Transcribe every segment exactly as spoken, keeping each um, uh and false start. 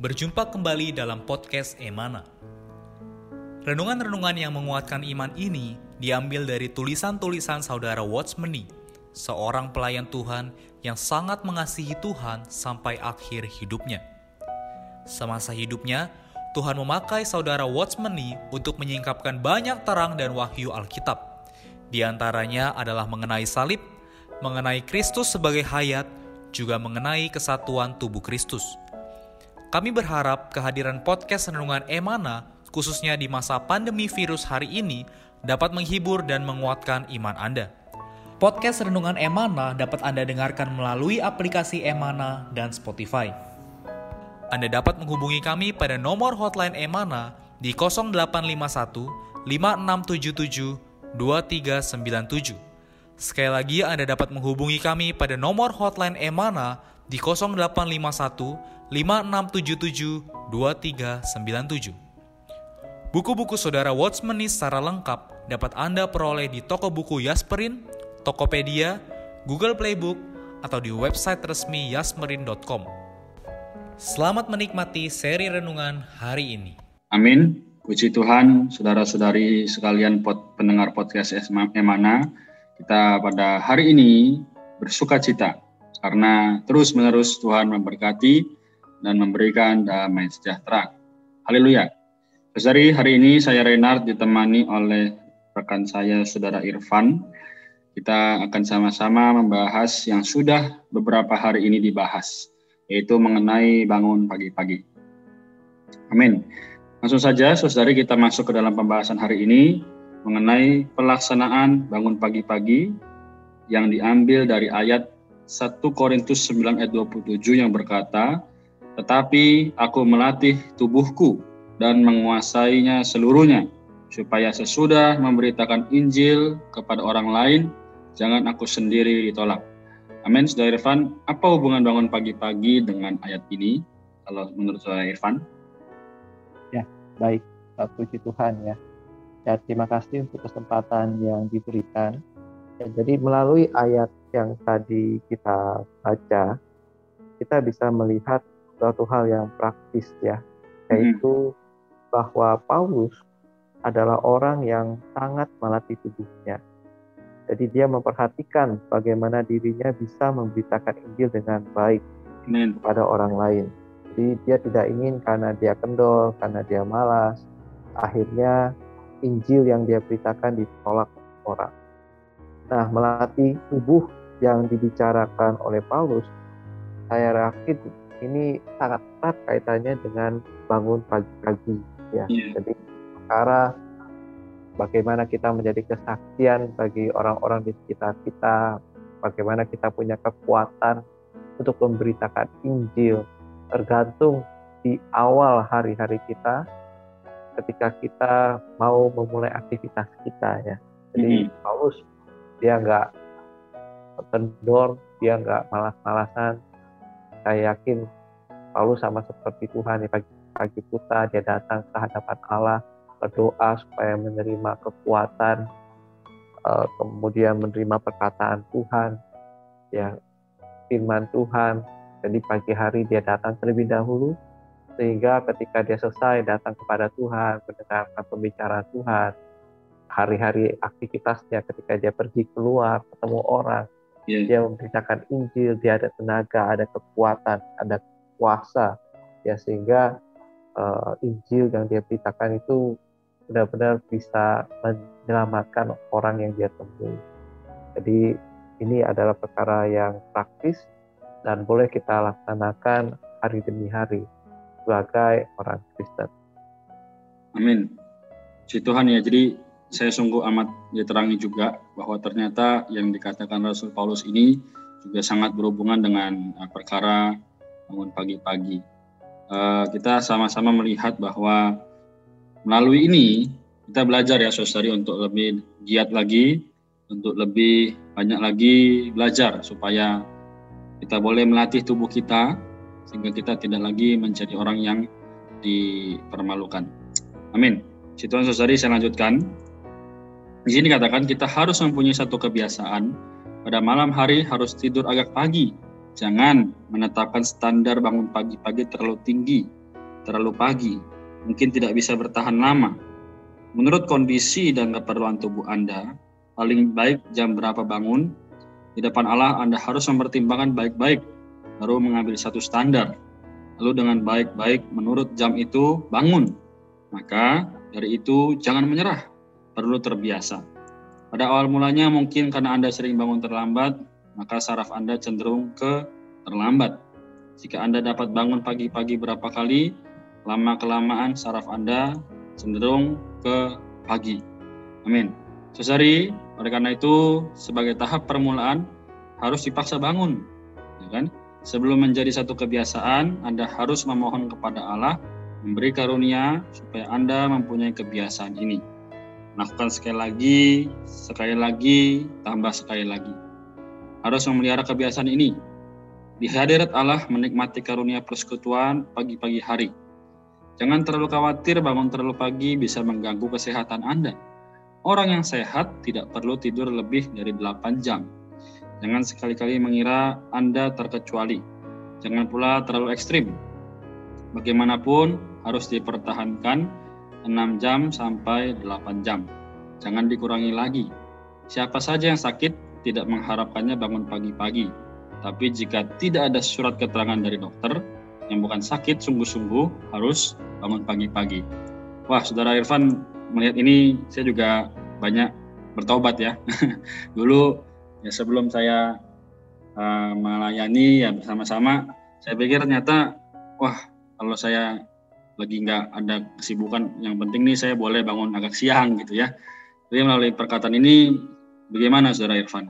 Berjumpa kembali dalam podcast Emana. Renungan-renungan yang menguatkan iman ini diambil dari tulisan-tulisan saudara Watchmeni, seorang pelayan Tuhan yang sangat mengasihi Tuhan sampai akhir hidupnya. Semasa hidupnya, Tuhan memakai saudara Watchmeni untuk menyingkapkan banyak terang dan wahyu Alkitab. Di antaranya adalah mengenai salib, mengenai Kristus sebagai hayat, juga mengenai kesatuan tubuh Kristus. Kami berharap kehadiran podcast Renungan Emana, khususnya di masa pandemi virus hari ini, dapat menghibur dan menguatkan iman Anda. Podcast Renungan Emana dapat Anda dengarkan melalui aplikasi Emana dan Spotify. Anda dapat menghubungi kami pada nomor hotline Emana di nol delapan lima satu lima enam tujuh tujuh dua tiga sembilan tujuh. Sekali lagi Anda dapat menghubungi kami pada nomor hotline Emana di nol delapan lima satu lima enam tujuh tujuh dua tiga sembilan tujuh. Buku-buku saudara Watchmeni secara lengkap dapat Anda peroleh di toko buku Yasmerin, Tokopedia, Google Playbook, atau di website resmi yasmerin dot com. Selamat menikmati seri renungan hari ini. Amin. Puji Tuhan, saudara-saudari sekalian pod, pendengar podcast Emana, kita pada hari ini bersuka cita karena terus-menerus Tuhan memberkati dan memberikan damai sejahtera. Haleluya. Saudari, hari ini saya Renard ditemani oleh rekan saya saudara Irfan. Kita akan sama-sama membahas yang sudah beberapa hari ini dibahas, yaitu mengenai bangun pagi-pagi. Amin. Langsung saja saudari kita masuk ke dalam pembahasan hari ini mengenai pelaksanaan bangun pagi-pagi yang diambil dari ayat satu Korintus sembilan ayat dua puluh tujuh yang berkata, "Tetapi aku melatih tubuhku dan menguasainya seluruhnya, supaya sesudah memberitakan Injil kepada orang lain, jangan aku sendiri ditolak." Amin. Saudara Irfan, apa hubungan bangun pagi-pagi dengan ayat ini, kalau menurut saudara Irfan? Ya, baik. Puji Tuhan ya. Ya, terima kasih untuk kesempatan yang diberikan. Ya, jadi melalui ayat yang tadi kita baca, kita bisa melihat suatu hal yang praktis ya, yaitu hmm. bahwa Paulus adalah orang yang sangat melatih tubuhnya. Jadi dia memperhatikan bagaimana dirinya bisa memberitakan Injil dengan baik hmm. kepada orang lain. Jadi dia tidak ingin karena dia kendor, karena dia malas, akhirnya Injil yang dia beritakan ditolak orang. Nah, melatih tubuh yang dibicarakan oleh Paulus, saya yakin ini sangat erat kaitannya dengan bangun pagi-pagi ya. Yeah. Jadi perkara bagaimana kita menjadi kesaksian bagi orang-orang di sekitar kita, bagaimana kita punya kekuatan untuk memberitakan Injil, tergantung di awal hari-hari kita ketika kita mau memulai aktivitas kita ya. Jadi mm-hmm. Paulus dia nggak kendor, dia nggak malas-malasan. Saya yakin Paulus sama seperti Tuhan, ya, pagi-pagi buta dia datang ke hadapan Allah, berdoa supaya menerima kekuatan, uh, kemudian menerima perkataan Tuhan, ya firman Tuhan. Jadi pagi hari dia datang terlebih dahulu, sehingga ketika dia selesai datang kepada Tuhan, mendengarkan pembicaraan Tuhan, hari-hari aktivitasnya ketika dia pergi keluar, ketemu orang, Yeah. dia memberitakan Injil, dia ada tenaga, ada kekuatan, ada kuasa, ya sehingga uh, Injil yang dia beritakan itu benar-benar bisa menyelamatkan orang yang dia temui. Jadi ini adalah perkara yang praktis dan boleh kita laksanakan hari demi hari sebagai orang Kristen. Amin. Puji Tuhan ya. Jadi saya sungguh amat diterangi juga bahwa ternyata yang dikatakan Rasul Paulus ini juga sangat berhubungan dengan uh, perkara bangun pagi-pagi. Uh, kita sama-sama melihat bahwa melalui ini kita belajar ya saudari untuk lebih giat lagi, untuk lebih banyak lagi belajar supaya kita boleh melatih tubuh kita sehingga kita tidak lagi menjadi orang yang dipermalukan. Amin. Situan saudari saya lanjutkan. Di sini katakan kita harus mempunyai satu kebiasaan, pada malam hari harus tidur agak pagi. Jangan menetapkan standar bangun pagi-pagi terlalu tinggi, terlalu pagi, mungkin tidak bisa bertahan lama. Menurut kondisi dan keperluan tubuh Anda, paling baik jam berapa bangun? Di depan Allah Anda harus mempertimbangkan baik-baik, baru mengambil satu standar. Lalu dengan baik-baik menurut jam itu bangun. Maka dari itu jangan menyerah, perlu terbiasa. Pada awal mulanya mungkin karena Anda sering bangun terlambat, maka saraf Anda cenderung ke terlambat. Jika Anda dapat bangun pagi-pagi berapa kali, lama-kelamaan saraf Anda cenderung ke pagi. Amin. Saudari, oleh karena itu sebagai tahap permulaan harus dipaksa bangun, ya kan? Sebelum menjadi satu kebiasaan, Anda harus memohon kepada Allah memberi karunia supaya Anda mempunyai kebiasaan ini. Lakukan sekali lagi, sekali lagi, tambah sekali lagi. Harus memelihara kebiasaan ini. Di hadirat Allah menikmati karunia persekutuan pagi-pagi hari. Jangan terlalu khawatir bangun terlalu pagi bisa mengganggu kesehatan Anda. Orang yang sehat tidak perlu tidur lebih dari delapan jam. Jangan sekali-kali mengira Anda terkecuali. Jangan pula terlalu ekstrim. Bagaimanapun harus dipertahankan enam jam sampai delapan jam. Jangan dikurangi lagi. Siapa saja yang sakit tidak mengharapkannya bangun pagi-pagi. Tapi jika tidak ada surat keterangan dari dokter, yang bukan sakit sungguh-sungguh harus bangun pagi-pagi. Wah, Saudara Irfan melihat ini saya juga banyak bertobat ya. Dulu ya sebelum saya uh, melayani ya bersama-sama, saya pikir ternyata wah kalau saya lagi nggak ada kesibukan, yang penting nih saya boleh bangun agak siang gitu ya. Jadi melalui perkataan ini bagaimana Saudara Irfan?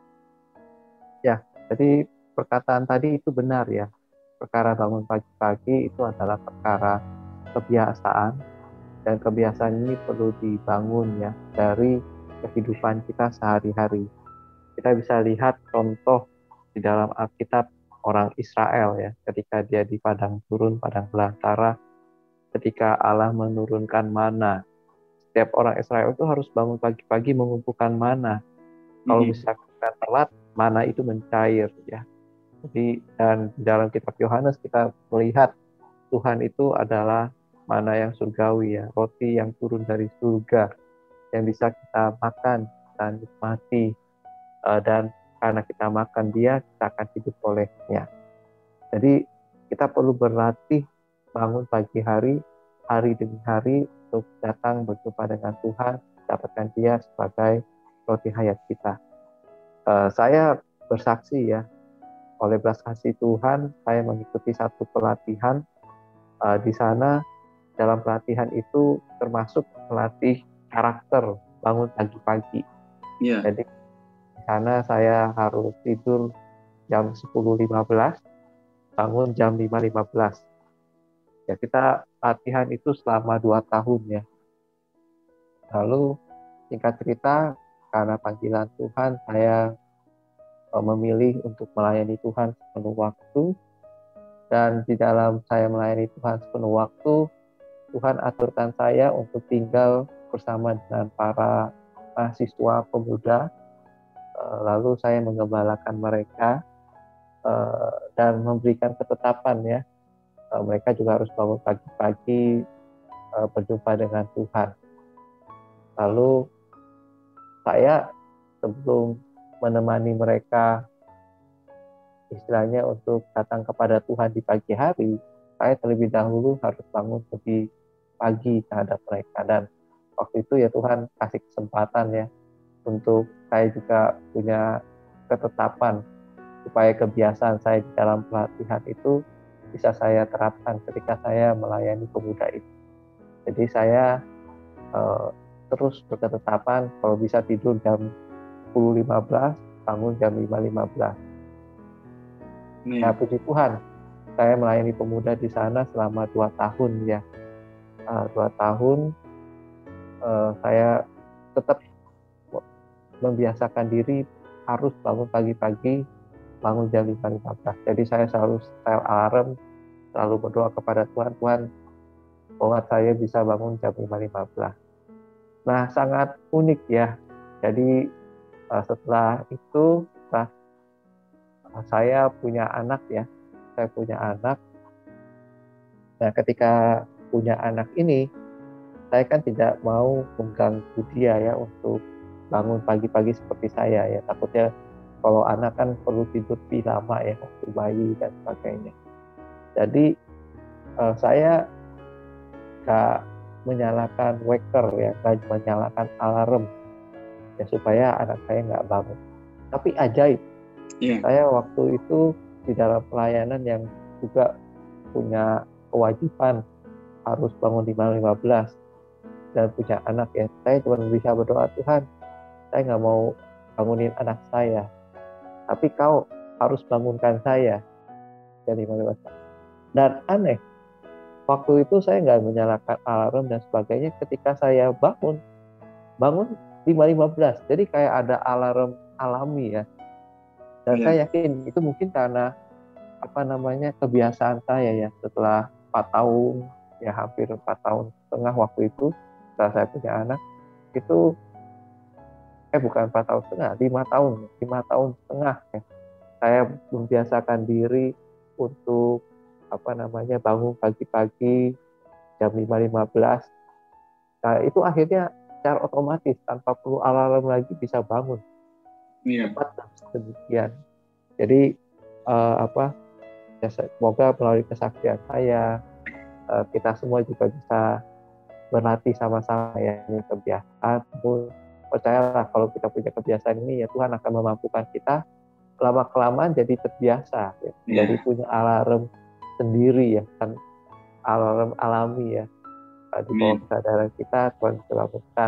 Ya, jadi perkataan tadi itu benar ya. Perkara bangun pagi-pagi itu adalah perkara kebiasaan, dan kebiasaan ini perlu dibangun ya dari kehidupan kita sehari-hari. Kita bisa lihat contoh di dalam Alkitab orang Israel ya, ketika dia di padang gurun, padang belantara, ketika Allah menurunkan mana. Setiap orang Israel itu harus bangun pagi-pagi mengumpulkan mana. Kalau misalkan telat, mana itu mencair ya. Jadi dan di dalam kitab Yohanes kita melihat Tuhan itu adalah mana yang surgawi ya, roti yang turun dari surga yang bisa kita makan dan nikmati, uh, dan karena kita makan dia kita akan hidup olehnya. Jadi kita perlu berlatih bangun pagi hari, hari demi hari untuk datang berjumpa dengan Tuhan, dapatkan dia sebagai roti hayat kita. Uh, saya bersaksi ya, oleh belas kasih Tuhan, saya mengikuti satu pelatihan. Uh, di sana, dalam pelatihan itu termasuk melatih karakter bangun pagi-pagi. Yeah. Jadi di sana saya harus tidur jam sepuluh lima belas, bangun jam lima lima belas. Ya, kita latihan itu selama dua tahun ya. Lalu singkat cerita, karena panggilan Tuhan, saya memilih untuk melayani Tuhan sepenuh waktu, dan di dalam saya melayani Tuhan sepenuh waktu, Tuhan aturkan saya untuk tinggal bersama dengan para mahasiswa pemuda, lalu saya mengembalakan mereka dan memberikan ketetapan ya, mereka juga harus bangun pagi-pagi berjumpa dengan Tuhan. Lalu saya sebelum menemani mereka istilahnya untuk datang kepada Tuhan di pagi hari, saya terlebih dahulu harus bangun lebih pagi terhadap mereka. Dan waktu itu ya Tuhan kasih kesempatan ya untuk saya juga punya ketetapan supaya kebiasaan saya di dalam pelatihan itu bisa saya terapkan ketika saya melayani pemuda itu. Jadi saya eh, terus berketetapan kalau bisa tidur jam sepuluh lima belas, bangun jam lima lima belas. Ya puji Tuhan, saya melayani pemuda di sana selama dua tahun ya. Uh, dua tahun uh, saya tetap membiasakan diri harus bangun pagi-pagi, bangun jam lima lima belas. Jadi saya selalu setel alarm, selalu berdoa kepada Tuhan, Tuhan buat saya bisa bangun jam lima lima belas. Nah sangat unik ya. Jadi setelah itu, setelah saya punya anak ya, saya punya anak, Nah, ketika punya anak ini, saya kan tidak mau mengganggu dia ya untuk bangun pagi-pagi seperti saya ya. Takutnya kalau anak kan perlu tidur lebih lama ya, waktu bayi dan sebagainya. Jadi eh, saya nggak menyalakan waker ya, nggak menyalakan alarm ya supaya anak saya nggak bangun. Tapi ajaib, yeah. Saya waktu itu di dalam pelayanan yang juga punya kewajiban harus bangun lima lima belas dan punya anak ya, saya cuma bisa berdoa, Tuhan, saya nggak mau bangunin anak saya, tapi kau harus bangunkan saya jam lima lima belas. Dan aneh, waktu itu saya nggak menyalakan alarm dan sebagainya. Ketika saya bangun, bangun lima lima belas. Jadi kayak ada alarm alami ya. Dan yeah. saya yakin itu mungkin karena apa namanya kebiasaan saya ya. Setelah empat tahun, ya hampir empat tahun setengah waktu itu, setelah saya punya anak, itu eh bukan empat tahun setengah, lima tahun, lima tahun setengah ya. Saya membiasakan diri untuk apa namanya bangun pagi-pagi jam lima lima belas. Nah, itu akhirnya secara otomatis tanpa perlu alarm lagi bisa bangun. Iya. Cepat demikian. Jadi uh, apa? Ya, semoga melalui kesaksian saya uh, kita semua juga bisa berlatih sama-sama ya ini kebiasaan. Percayalah kalau kita punya kebiasaan ini ya Tuhan akan memampukan kita lama-kelamaan jadi terbiasa ya. Yeah. Jadi punya alarm sendiri ya, kan alarm alami ya di bawah kesadaran kita Tuhan selamatkan.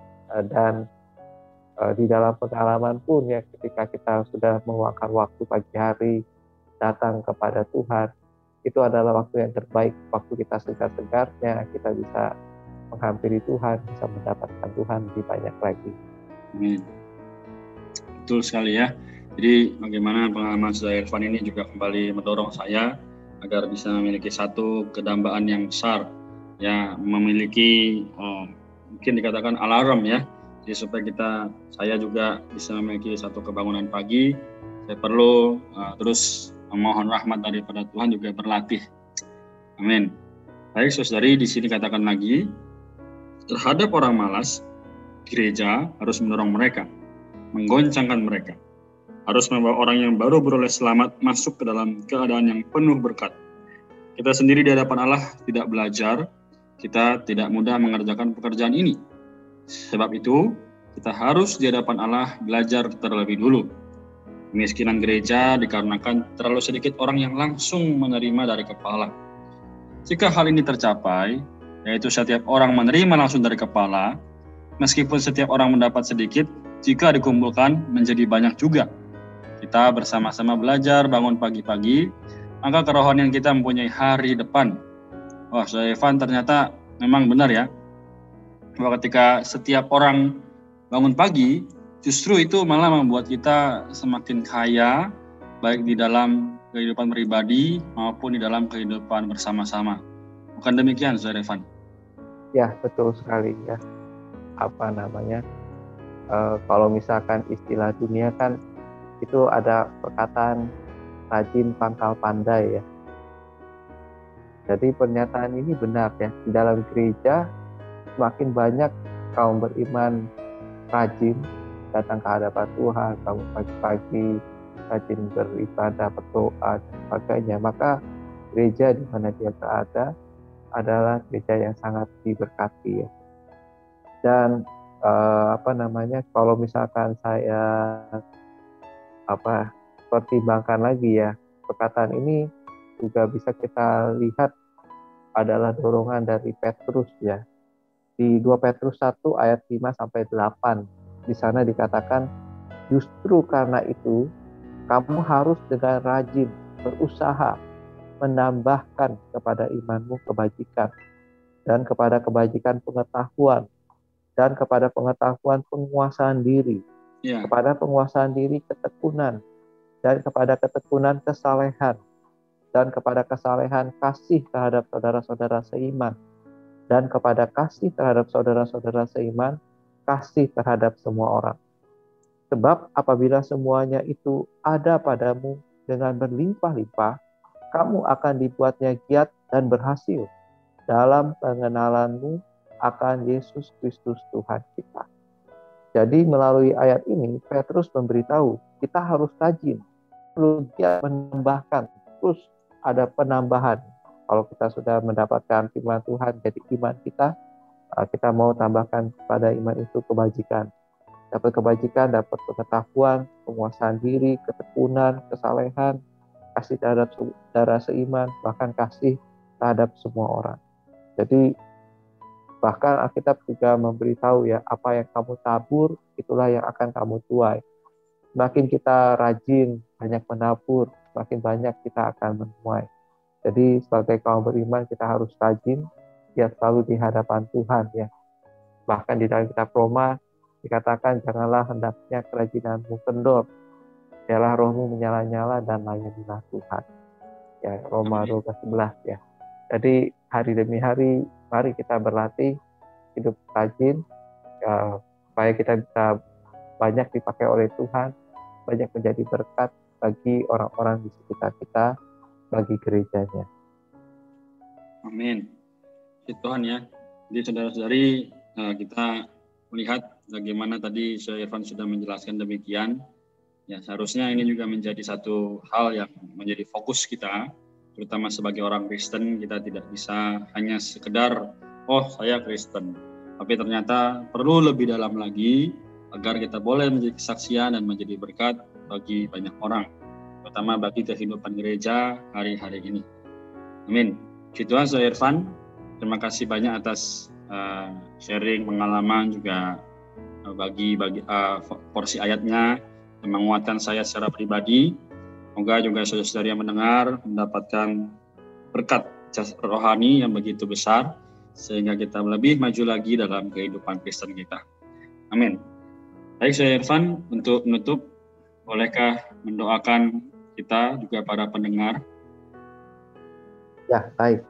Dan uh, di dalam pengalaman pun ya ketika kita sudah meluangkan waktu pagi hari datang kepada Tuhan, itu adalah waktu yang terbaik, waktu kita segar-segarnya kita bisa menghampiri Tuhan, bisa mendapatkan Tuhan lebih banyak lagi. Amin. Betul sekali ya. Jadi bagaimana pengalaman Saudara Irfan ini juga kembali mendorong saya agar bisa memiliki satu kedambaan yang besar, ya memiliki oh, mungkin dikatakan alarm ya. Jadi supaya kita, saya juga bisa memiliki satu kebangunan pagi, saya perlu uh, terus memohon rahmat daripada Tuhan juga berlatih. Amin. Baik saudari, di sini katakan lagi, terhadap orang malas, gereja harus mendorong mereka, menggoncangkan mereka. Harus membawa orang yang baru beroleh selamat masuk ke dalam keadaan yang penuh berkat. Kita sendiri di hadapan Allah tidak belajar, kita tidak mudah mengerjakan pekerjaan ini. Sebab itu, kita harus di hadapan Allah belajar terlebih dulu. Kemiskinan gereja dikarenakan terlalu sedikit orang yang langsung menerima dari kepala. Jika hal ini tercapai, yaitu setiap orang menerima langsung dari kepala, meskipun setiap orang mendapat sedikit, jika dikumpulkan menjadi banyak juga. Kita bersama-sama belajar bangun pagi-pagi, maka kerohanian kita mempunyai hari depan. Wah, Saudara Evan, ternyata memang benar ya, bahwa ketika setiap orang bangun pagi, justru itu malah membuat kita semakin kaya, baik di dalam kehidupan pribadi maupun di dalam kehidupan bersama-sama. Bukan demikian, Saudara Evan? Ya, betul sekali ya. Apa namanya, e, kalau misalkan istilah dunia kan, itu ada perkataan rajin pangkal pandai ya. Jadi pernyataan ini benar ya. Di dalam gereja semakin banyak kaum beriman rajin datang ke hadapan Tuhan, bangun pagi-pagi, rajin beribadah, berdoa dan sebagainya. Maka gereja di mana dia berada adalah gereja yang sangat diberkati ya. Dan eh, apa namanya, kalau misalkan saya apa pertimbangkan lagi ya, perkataan ini juga bisa kita lihat adalah dorongan dari Petrus ya. Di dua Petrus satu ayat lima sampai delapan, di sana dikatakan, justru karena itu kamu harus dengan rajin berusaha menambahkan kepada imanmu kebajikan, dan kepada kebajikan pengetahuan, dan kepada pengetahuan penguasaan diri, yeah. kepada penguasaan diri ketekunan, dan kepada ketekunan kesalehan, dan kepada kesalehan kasih terhadap saudara-saudara seiman, dan kepada kasih terhadap saudara-saudara seiman, kasih terhadap semua orang. Sebab apabila semuanya itu ada padamu dengan berlimpah-limpah, kamu akan dibuatnya giat dan berhasil dalam pengenalanmu akan Yesus Kristus Tuhan kita. Jadi melalui ayat ini, Petrus memberitahu kita harus rajin, perlu giat menambahkan, terus ada penambahan. Kalau kita sudah mendapatkan firman Tuhan, jadi iman kita, kita mau tambahkan pada iman itu kebajikan. Dapat kebajikan, dapat pengetahuan, penguasaan diri, ketekunan, kesalehan, kasih terhadap saudara seiman, bahkan kasih terhadap semua orang. Jadi bahkan Alkitab juga memberitahu ya, apa yang kamu tabur, itulah yang akan kamu tuai. Semakin kita rajin, banyak menabur, semakin banyak kita akan menuai. Jadi sebagai kaum beriman kita harus rajin, ya selalu di hadapan Tuhan ya. Bahkan di dalam kitab Roma dikatakan, janganlah hendaknya kerajinanmu kendor, biarlah rohmu menyala-nyala dan layanilah Tuhan. Ya, Roma dua belas sebelas ya. Jadi hari demi hari mari kita berlatih hidup rajin ya, supaya kita bisa banyak dipakai oleh Tuhan, banyak menjadi berkat bagi orang-orang di sekitar kita, bagi gerejanya. Amin. Puji Tuhan ya. Jadi saudara-saudari, kita melihat bagaimana tadi Syekh Irfan sudah menjelaskan demikian. Ya, seharusnya ini juga menjadi satu hal yang menjadi fokus kita, terutama sebagai orang Kristen. Kita tidak bisa hanya sekedar, oh saya Kristen, tapi ternyata perlu lebih dalam lagi agar kita boleh menjadi kesaksian dan menjadi berkat bagi banyak orang, terutama bagi kehidupan gereja hari-hari ini. Amin. Puji Tuhan, Syekh Irfan, terima kasih banyak atas uh, sharing pengalaman juga uh, bagi bagi uh, porsi ayatnya, yang menguatkan saya secara pribadi. Semoga juga saudara-saudari yang mendengar mendapatkan berkat rohani yang begitu besar, sehingga kita lebih maju lagi dalam kehidupan Kristen kita. Amin. Baik, Syekh Irfan, untuk menutup, bolehkah mendoakan kita juga para pendengar? Ya, baik.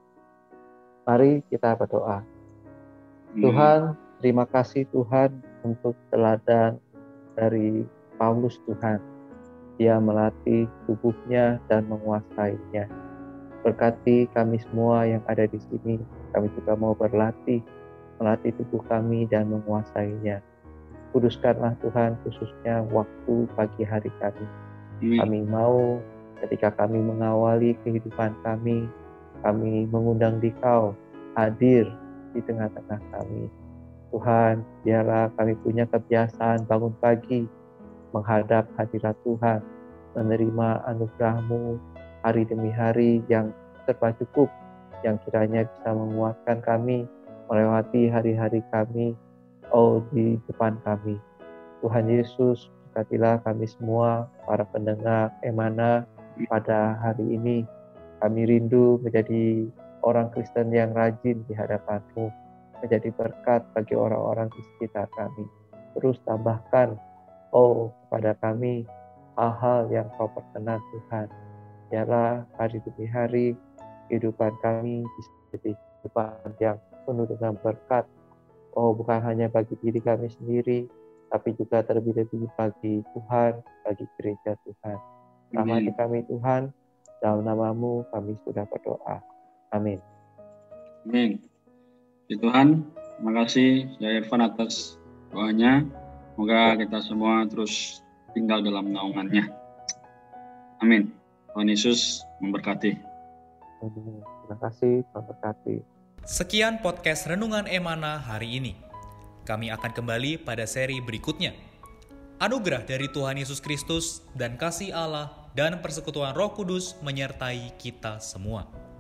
Mari kita berdoa. Hmm. Tuhan, terima kasih Tuhan untuk teladan dari Paulus Tuhan. Dia melatih tubuhnya dan menguasainya. Berkati kami semua yang ada di sini. Kami juga mau berlatih, melatih tubuh kami dan menguasainya. Kuduskanlah Tuhan khususnya waktu pagi hari kami. Hmm. Kami mau ketika kami mengawali kehidupan kami, kami mengundang Dikau hadir di tengah-tengah kami. Tuhan, biarlah kami punya kebiasaan bangun pagi, menghadap hadirat Tuhan, menerima anugerah-Mu hari demi hari yang serba cukup, yang kiranya bisa menguatkan kami, melewati hari-hari kami, oh di depan kami. Tuhan Yesus, berkatilah kami semua, para pendengar Emana pada hari ini. Kami rindu menjadi orang Kristen yang rajin di hadapan-Mu, menjadi berkat bagi orang-orang di sekitar kami. Terus tambahkan, oh kepada kami, hal-hal yang Kau perkenan Tuhan. Biarlah hari demi hari kehidupan kami bisa menjadi kehidupan yang penuh dengan berkat. Oh, bukan hanya bagi diri kami sendiri, tapi juga terlebih-lebih bagi Tuhan, bagi gereja Tuhan. Rahmati kami Tuhan, dalam nama-Mu kami sudah berdoa. Amin. Amin. Puji Tuhan, terima kasih Syekh Irfan atas doanya. Semoga kita semua terus tinggal dalam naungan-Nya. Amin. Tuhan Yesus memberkati. Terima kasih, Tuhan berkati. Sekian podcast Renungan Emana hari ini. Kami akan kembali pada seri berikutnya. Anugerah dari Tuhan Yesus Kristus dan kasih Allah dan persekutuan Roh Kudus menyertai kita semua.